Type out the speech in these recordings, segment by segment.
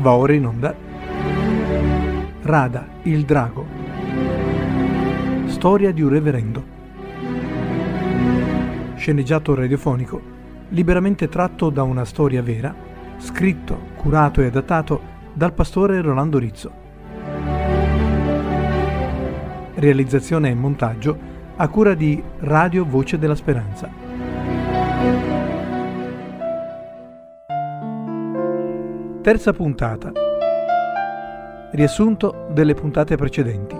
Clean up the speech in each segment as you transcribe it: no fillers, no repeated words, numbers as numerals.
Va ora in onda Rada, il drago. Storia di un reverendo. Sceneggiato radiofonico, liberamente tratto da una storia vera, scritto, curato e adattato dal pastore Rolando Rizzo. Realizzazione e montaggio a cura di Radio Voce della Speranza. Terza puntata. Riassunto delle puntate precedenti.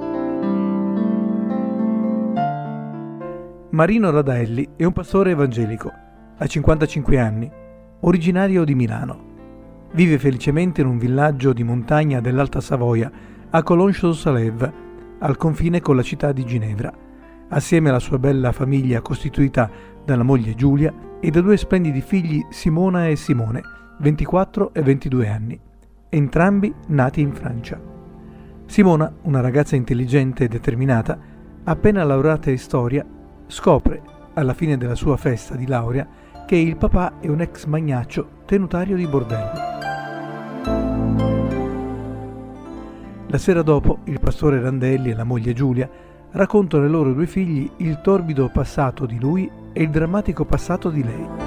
Marino Radaelli è un pastore evangelico, ha 55 anni, originario di Milano. Vive felicemente in un villaggio di montagna dell'Alta Savoia, a Collonges-sur-Salève, al confine con la città di Ginevra, assieme alla sua bella famiglia costituita dalla moglie Giulia e da due splendidi figli Simona e Simone, 24 e 22 anni, entrambi nati in Francia. Simona, una ragazza intelligente e determinata, appena laureata in storia, scopre, alla fine della sua festa di laurea, che il papà è un ex magnaccio tenutario di bordello. La sera dopo, il pastore Randelli e la moglie Giulia raccontano ai loro due figli il torbido passato di lui e il drammatico passato di lei.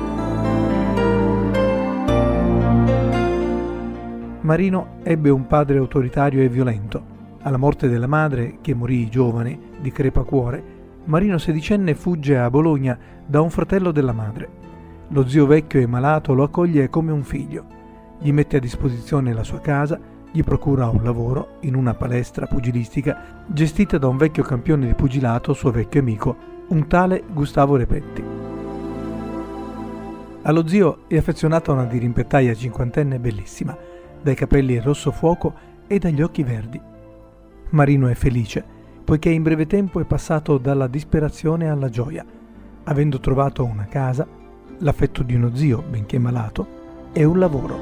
Marino ebbe un padre autoritario e violento. Alla morte della madre, che morì giovane, di crepacuore, Marino sedicenne fugge a Bologna da un fratello della madre. Lo zio vecchio e malato lo accoglie come un figlio. Gli mette a disposizione la sua casa, gli procura un lavoro in una palestra pugilistica gestita da un vecchio campione di pugilato, suo vecchio amico, un tale Gustavo Repetti. Allo zio è affezionata una dirimpettaia cinquantenne bellissima, dai capelli rosso fuoco e dagli occhi verdi. Marino è felice, poiché in breve tempo è passato dalla disperazione alla gioia, avendo trovato una casa, l'affetto di uno zio, benché malato, e un lavoro.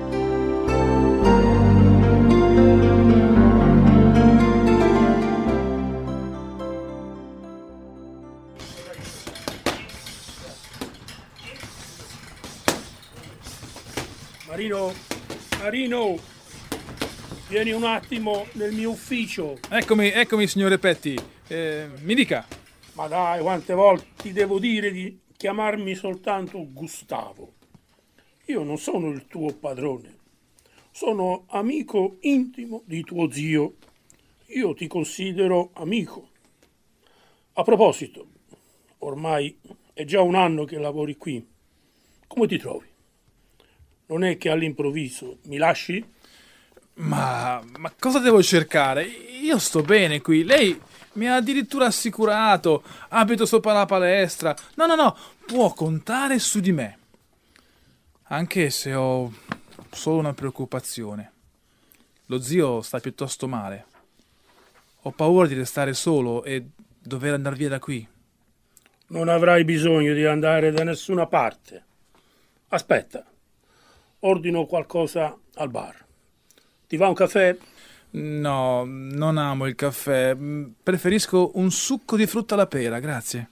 Marino, vieni un attimo nel mio ufficio. Eccomi, signore Petti. Mi dica. Ma dai, quante volte ti devo dire di chiamarmi soltanto Gustavo? Io non sono il tuo padrone. Sono amico intimo di tuo zio. Io ti considero amico. A proposito, ormai è già un anno che lavori qui. Come ti trovi? Non è che all'improvviso mi lasci? Ma cosa devo cercare? Io sto bene qui. Lei mi ha addirittura assicurato. Abito sopra la palestra. No, può contare su di me. Anche se ho solo una preoccupazione. Lo zio sta piuttosto male. Ho paura di restare solo e dover andare via da qui. Non avrai bisogno di andare da nessuna parte. Aspetta. Ordino qualcosa al bar. Ti va un caffè? No, non amo il caffè. Preferisco un succo di frutta alla pera, grazie.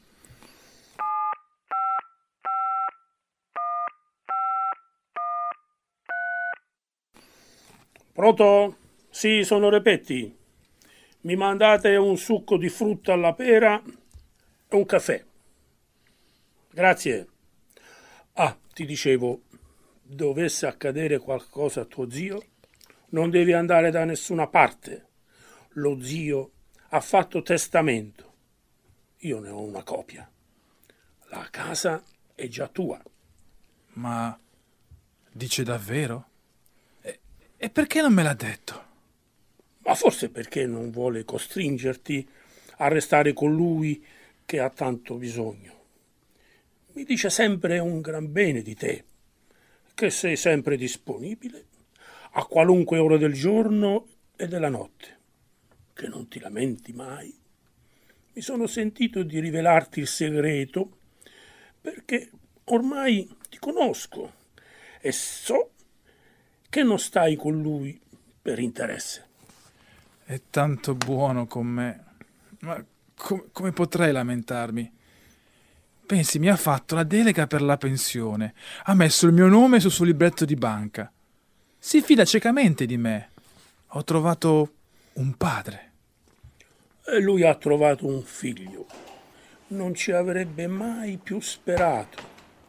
Pronto? Sì, sono Repetti. Mi mandate un succo di frutta alla pera e un caffè. Grazie. Ti dicevo, dovesse accadere qualcosa a tuo zio, non devi andare da nessuna parte. Lo zio ha fatto testamento. Io ne ho una copia. La casa è già tua. Ma dice davvero? E perché non me l'ha detto? Ma forse perché non vuole costringerti a restare con lui che ha tanto bisogno. Mi dice sempre un gran bene di te, che sei sempre disponibile a qualunque ora del giorno e della notte, che non ti lamenti mai. Mi sono sentito di rivelarti il segreto perché ormai ti conosco e so che non stai con lui per interesse. È tanto buono con me. Ma come potrei lamentarmi? Pensi, mi ha fatto la delega per la pensione, ha messo il mio nome sul suo libretto di banca. Si fida ciecamente di me. Ho trovato un padre. E lui ha trovato un figlio. Non ci avrebbe mai più sperato.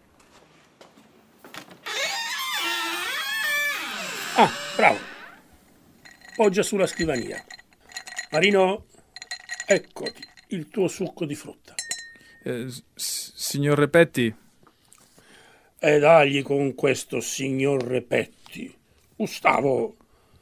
Ah, bravo. Poggia sulla scrivania. Marino, eccoti il tuo succo di frutta. Signor Repetti? E dagli con questo signor Repetti. Gustavo,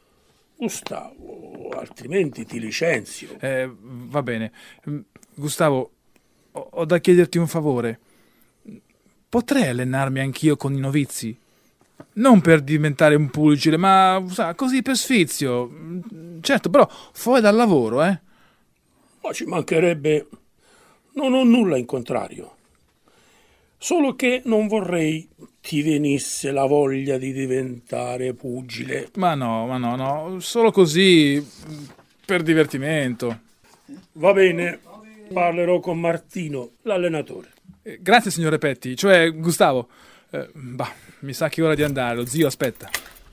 altrimenti ti licenzio. Va bene. Gustavo, ho da chiederti un favore. Potrei allenarmi anch'io con i novizi? Non per diventare un pugile, ma così per sfizio. Certo, però fuori dal lavoro, eh? Ma ci mancherebbe. Non ho nulla in contrario. Solo che non vorrei ti venisse la voglia di diventare pugile. Ma no. Solo così, per divertimento. Va bene, parlerò con Martino, l'allenatore. Grazie, signor Repetti. Cioè, Gustavo. Mi sa che è ora di andare. Lo zio aspetta.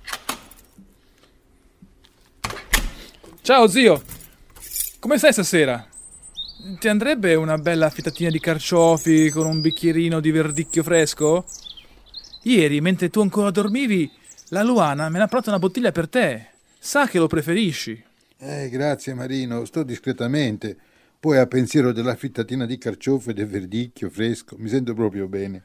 Ciao, zio. Come stai stasera? Ti andrebbe una bella affettatina di carciofi con un bicchierino di verdicchio fresco? Ieri, mentre tu ancora dormivi, la Luana me ne ha portato una bottiglia per te. Sa che lo preferisci. Grazie Marino, sto discretamente. Poi a pensiero della frittatina di carciofi e del verdicchio fresco, mi sento proprio bene.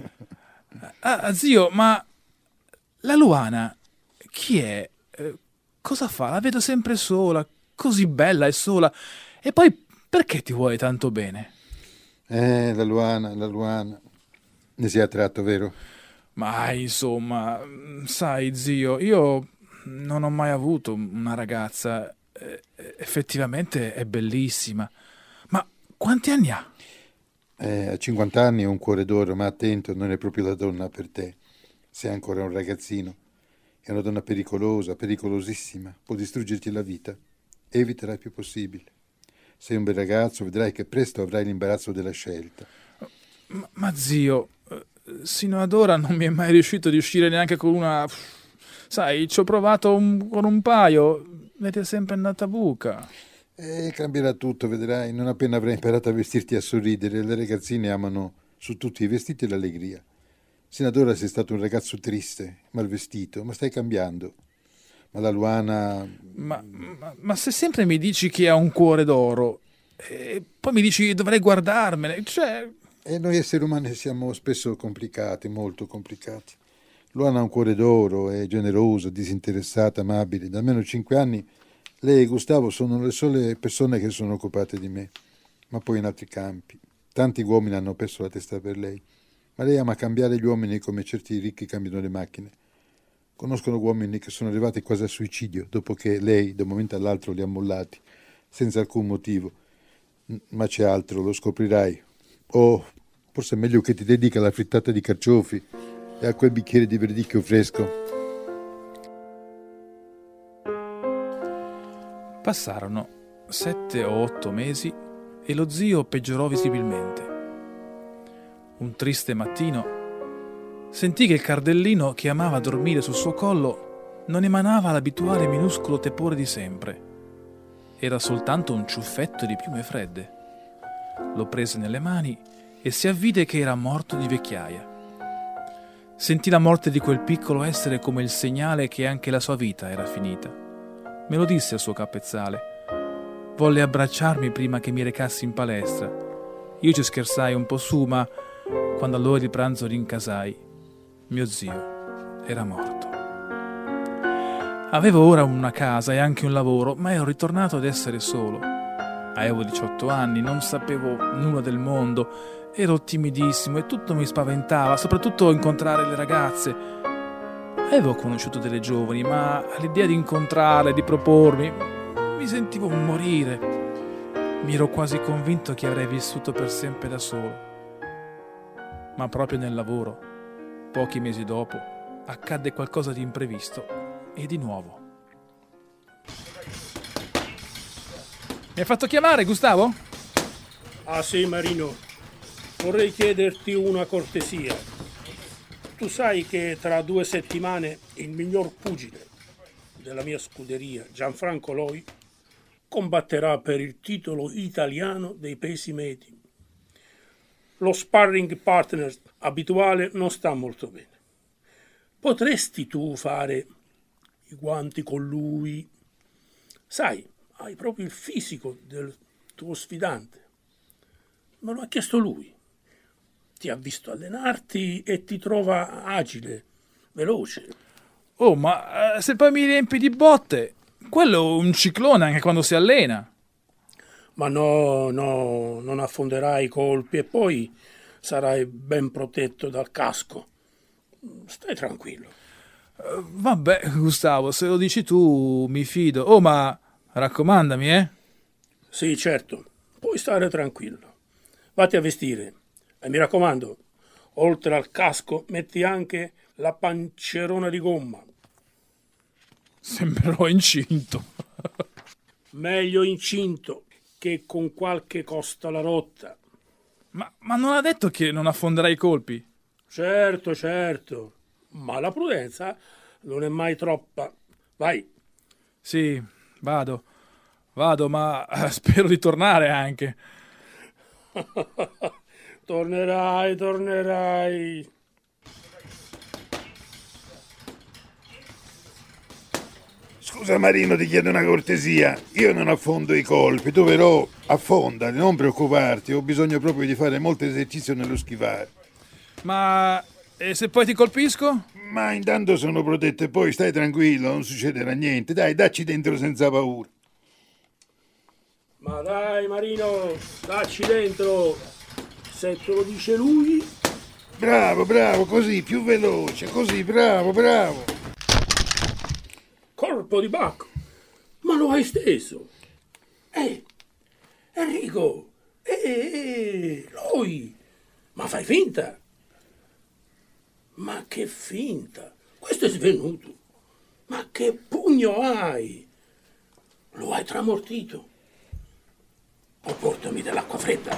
Zio, ma la Luana chi è? Cosa fa? La vedo sempre sola, così bella e sola. E poi perché ti vuole tanto bene? La Luana. Ne sei attratto, vero? Ma insomma, sai zio, io non ho mai avuto una ragazza. Effettivamente è bellissima. Ma quanti anni ha? A 50 anni è un cuore d'oro, ma attento, non è proprio la donna per te. Sei ancora un ragazzino. È una donna pericolosa, pericolosissima. Può distruggerti la vita. Evitala il più possibile. Sei un bel ragazzo, vedrai che presto avrai l'imbarazzo della scelta. Ma zio, sino ad ora non mi è mai riuscito di uscire neanche con una... Sai, ci ho provato con un paio, ed è sempre andata a buca. Cambierà tutto, vedrai. Non appena avrai imparato a vestirti e a sorridere, le ragazzine amano su tutti i vestiti e l'allegria. Sino ad ora sei stato un ragazzo triste, mal vestito, ma stai cambiando. Ma la Luana... Ma se sempre mi dici che ha un cuore d'oro, e poi mi dici che dovrei guardarmene, cioè... E noi esseri umani siamo spesso complicati, molto complicati. Luana ha un cuore d'oro, è generosa, disinteressata, amabile. Da almeno 5 anni lei e Gustavo sono le sole persone che sono occupate di me. Ma poi in altri campi. Tanti uomini hanno perso la testa per lei. Ma lei ama cambiare gli uomini come certi ricchi cambiano le macchine. Conoscono uomini che sono arrivati quasi al suicidio dopo che lei, da un momento all'altro, li ha mollati, senza alcun motivo. Ma c'è altro, lo scoprirai. Oh, forse è meglio che ti dedichi alla frittata di carciofi e a quel bicchiere di verdicchio fresco. Passarono 7 o 8 mesi e lo zio peggiorò visibilmente. Un triste mattino sentì che il cardellino che amava dormire sul suo collo non emanava l'abituale minuscolo tepore di sempre. Era soltanto un ciuffetto di piume fredde. Lo prese nelle mani e si avvide che era morto di vecchiaia. Sentì la morte di quel piccolo essere come il segnale che anche la sua vita era finita. Me lo disse al suo capezzale. Volle abbracciarmi prima che mi recassi in palestra. Io ci scherzai un po' su, ma quando all'ora di pranzo rincasai, mio zio era morto. Avevo ora una casa e anche un lavoro, ma ero ritornato ad essere solo. Avevo 18 anni, non sapevo nulla del mondo, ero timidissimo e tutto mi spaventava, soprattutto incontrare le ragazze. Avevo conosciuto delle giovani, ma all'idea di incontrarle, di propormi, mi sentivo morire. Mi ero quasi convinto che avrei vissuto per sempre da solo. Ma proprio nel lavoro, pochi mesi dopo, accadde qualcosa di imprevisto e di nuovo. Mi hai fatto chiamare, Gustavo? Ah sì, Marino, vorrei chiederti una cortesia. Tu sai che tra 2 settimane il miglior pugile, della mia scuderia, Gianfranco Loi, combatterà per il titolo italiano dei pesi medi. Lo sparring partner abituale non sta molto bene. Potresti tu fare i guanti con lui? Sai, hai proprio il fisico del tuo sfidante. Me lo ha chiesto lui. Ti ha visto allenarti e ti trova agile, veloce. Oh, ma se poi mi riempi di botte, quello è un ciclone anche quando si allena. Ma no, non affonderai i colpi e poi sarai ben protetto dal casco. Stai tranquillo. Vabbè, Gustavo, se lo dici tu mi fido. Oh, ma raccomandami, eh? Sì, certo, puoi stare tranquillo. Vatti a vestire e mi raccomando, oltre al casco metti anche la pancerona di gomma. Sembrerò incinto. Meglio incinto che con qualche costola rotta. Ma non ha detto che non affonderai i colpi? Certo, ma la prudenza non è mai troppa. Vai. Sì, vado, ma spero di tornare anche. Tornerai. Scusa Marino, ti chiedo una cortesia. Io non affondo i colpi, tu però affondali, non preoccuparti. Ho bisogno proprio di fare molto esercizio nello schivare. Ma e se poi ti colpisco? Ma intanto sono protetto e poi stai tranquillo, non succederà niente. Dai, dacci dentro senza paura. Ma dai Marino, dacci dentro. Se te lo dice lui. Bravo, così, più veloce, così, bravo. Corpo di Bacco, ma lo hai steso. Enrico, lui, ma fai finta? Ma che finta? Questo è svenuto. Ma che pugno hai? Lo hai tramortito? O portami dell'acqua fredda.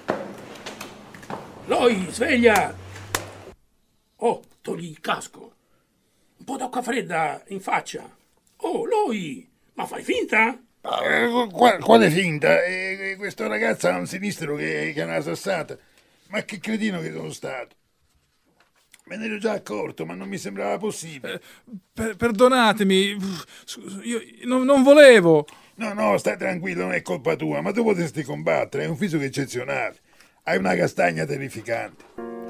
Loi, sveglia! Oh, togli il casco. Un po' d'acqua fredda in faccia. Oh, Loi, ma fai finta? Quale finta? Questo ragazzo ha un sinistro che è una sassata. Ma che cretino che sono stato. Me ne ero già accorto, ma non mi sembrava possibile. Perdonatemi, io non volevo. No, stai tranquillo, non è colpa tua, ma tu potresti combattere, hai un fisico eccezionale. Hai una castagna terrificante.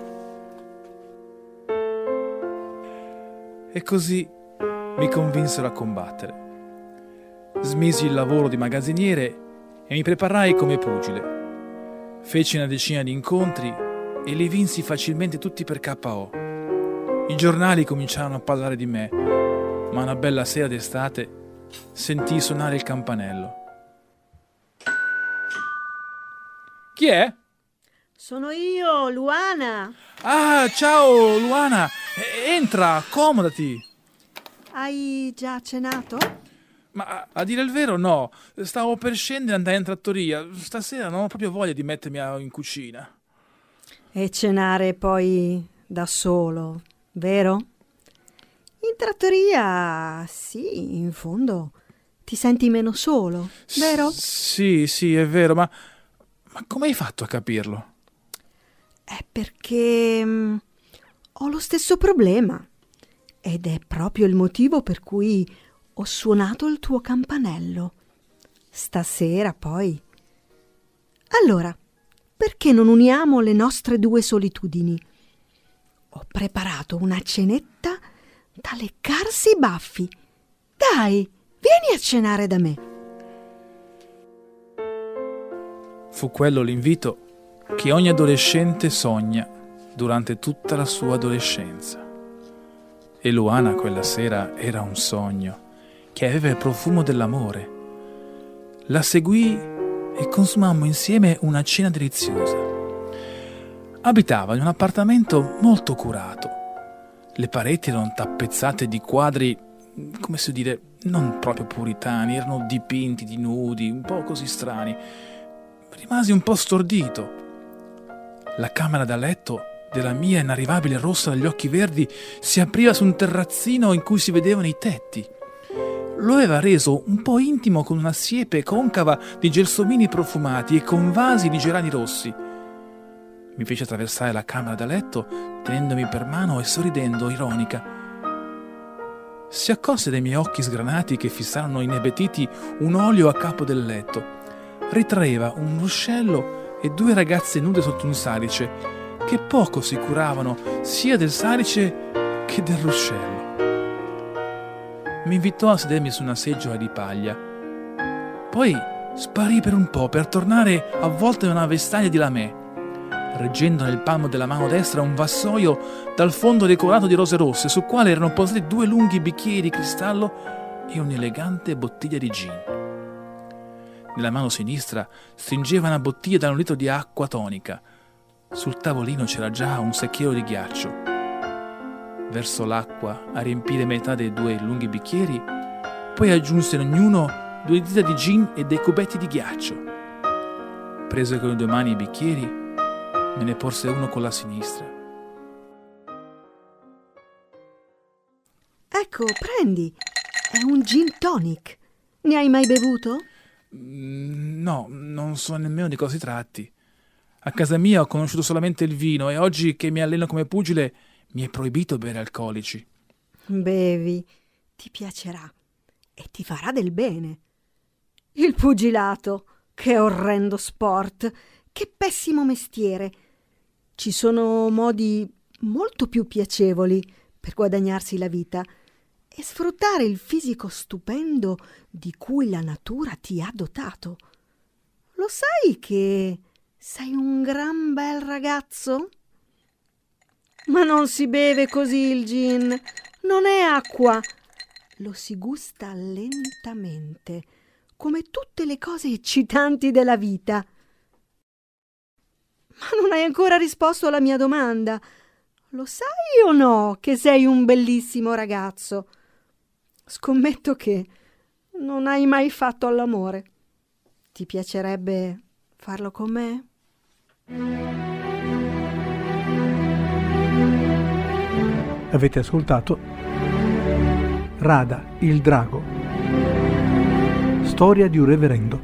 E così mi convinsero a combattere. Smisi il lavoro di magazziniere e mi preparai come pugile. Feci una decina di incontri e li vinsi facilmente tutti per KO. I giornali cominciarono a parlare di me, ma una bella sera d'estate sentii suonare il campanello. Chi è? Sono io, Luana. Ah, ciao Luana, entra, accomodati. Hai già cenato? Ma a dire il vero no, stavo per scendere e andare in trattoria. Stasera non ho proprio voglia di mettermi in cucina. E cenare poi da solo, vero? In trattoria, sì, in fondo ti senti meno solo, vero? Sì, è vero, ma come hai fatto a capirlo? È perché ho lo stesso problema ed è proprio il motivo per cui ho suonato il tuo campanello. Stasera poi. Allora, perché non uniamo le nostre due solitudini? Ho preparato una cenetta da leccarsi i baffi. Dai, vieni a cenare da me. Fu quello l'invito che ogni adolescente sogna durante tutta la sua adolescenza. E Luana quella sera era un sogno che aveva il profumo dell'amore. La seguì e consumammo insieme una cena deliziosa. Abitava in un appartamento molto curato. Le pareti erano tappezzate di quadri, come si dire, non proprio puritani, erano dipinti di nudi, un po' così strani. Rimasi un po' stordito. La camera da letto della mia inarrivabile rossa dagli occhi verdi si apriva su un terrazzino in cui si vedevano i tetti. lo aveva reso un po' intimo con una siepe concava di gelsomini profumati e con vasi di gerani rossi. Mi fece attraversare la camera da letto, tenendomi per mano e sorridendo, ironica. Si accorse dai miei occhi sgranati che fissarono inebetiti un olio a capo del letto. Ritraeva un ruscello e 2 ragazze nude sotto un salice, che poco si curavano sia del salice che del ruscello. Mi invitò a sedermi su una seggiola di paglia. Poi sparì per un po', per tornare avvolto in una vestaglia di lamè, reggendo nel palmo della mano destra un vassoio dal fondo decorato di rose rosse, sul quale erano posati 2 lunghi bicchieri di cristallo e un'elegante bottiglia di gin. Nella mano sinistra stringeva una bottiglia da 1 litro di acqua tonica. Sul tavolino c'era già un secchiello di ghiaccio. Versò l'acqua a riempire metà dei 2 lunghi bicchieri, poi aggiunse in ognuno 2 dita di gin e dei cubetti di ghiaccio. Prese con le 2 mani i bicchieri, me ne porse uno con la sinistra. Ecco, prendi. È un gin tonic. Ne hai mai bevuto? No, non so nemmeno di cosa si tratti. A casa mia ho conosciuto solamente il vino e oggi che mi alleno come pugile mi è proibito bere alcolici. Bevi, ti piacerà e ti farà del bene. Il pugilato, che orrendo sport, che pessimo mestiere. Ci sono modi molto più piacevoli per guadagnarsi la vita e sfruttare il fisico stupendo di cui la natura ti ha dotato. Lo sai che sei un gran bel ragazzo? Ma non si beve così il gin, non è acqua. Lo si gusta lentamente, come tutte le cose eccitanti della vita. Ma non hai ancora risposto alla mia domanda. Lo sai o no che sei un bellissimo ragazzo? Scommetto che non hai mai fatto all'amore. Ti piacerebbe farlo con me? Avete ascoltato Rada, il drago. Storia di un reverendo.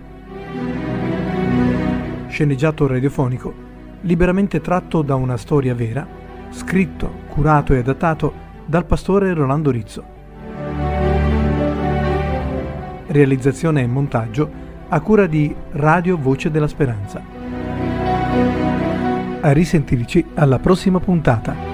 Sceneggiato radiofonico, liberamente tratto da una storia vera, scritto, curato e adattato dal pastore Rolando Rizzo. Realizzazione e montaggio a cura di Radio Voce della Speranza. A risentirci alla prossima puntata.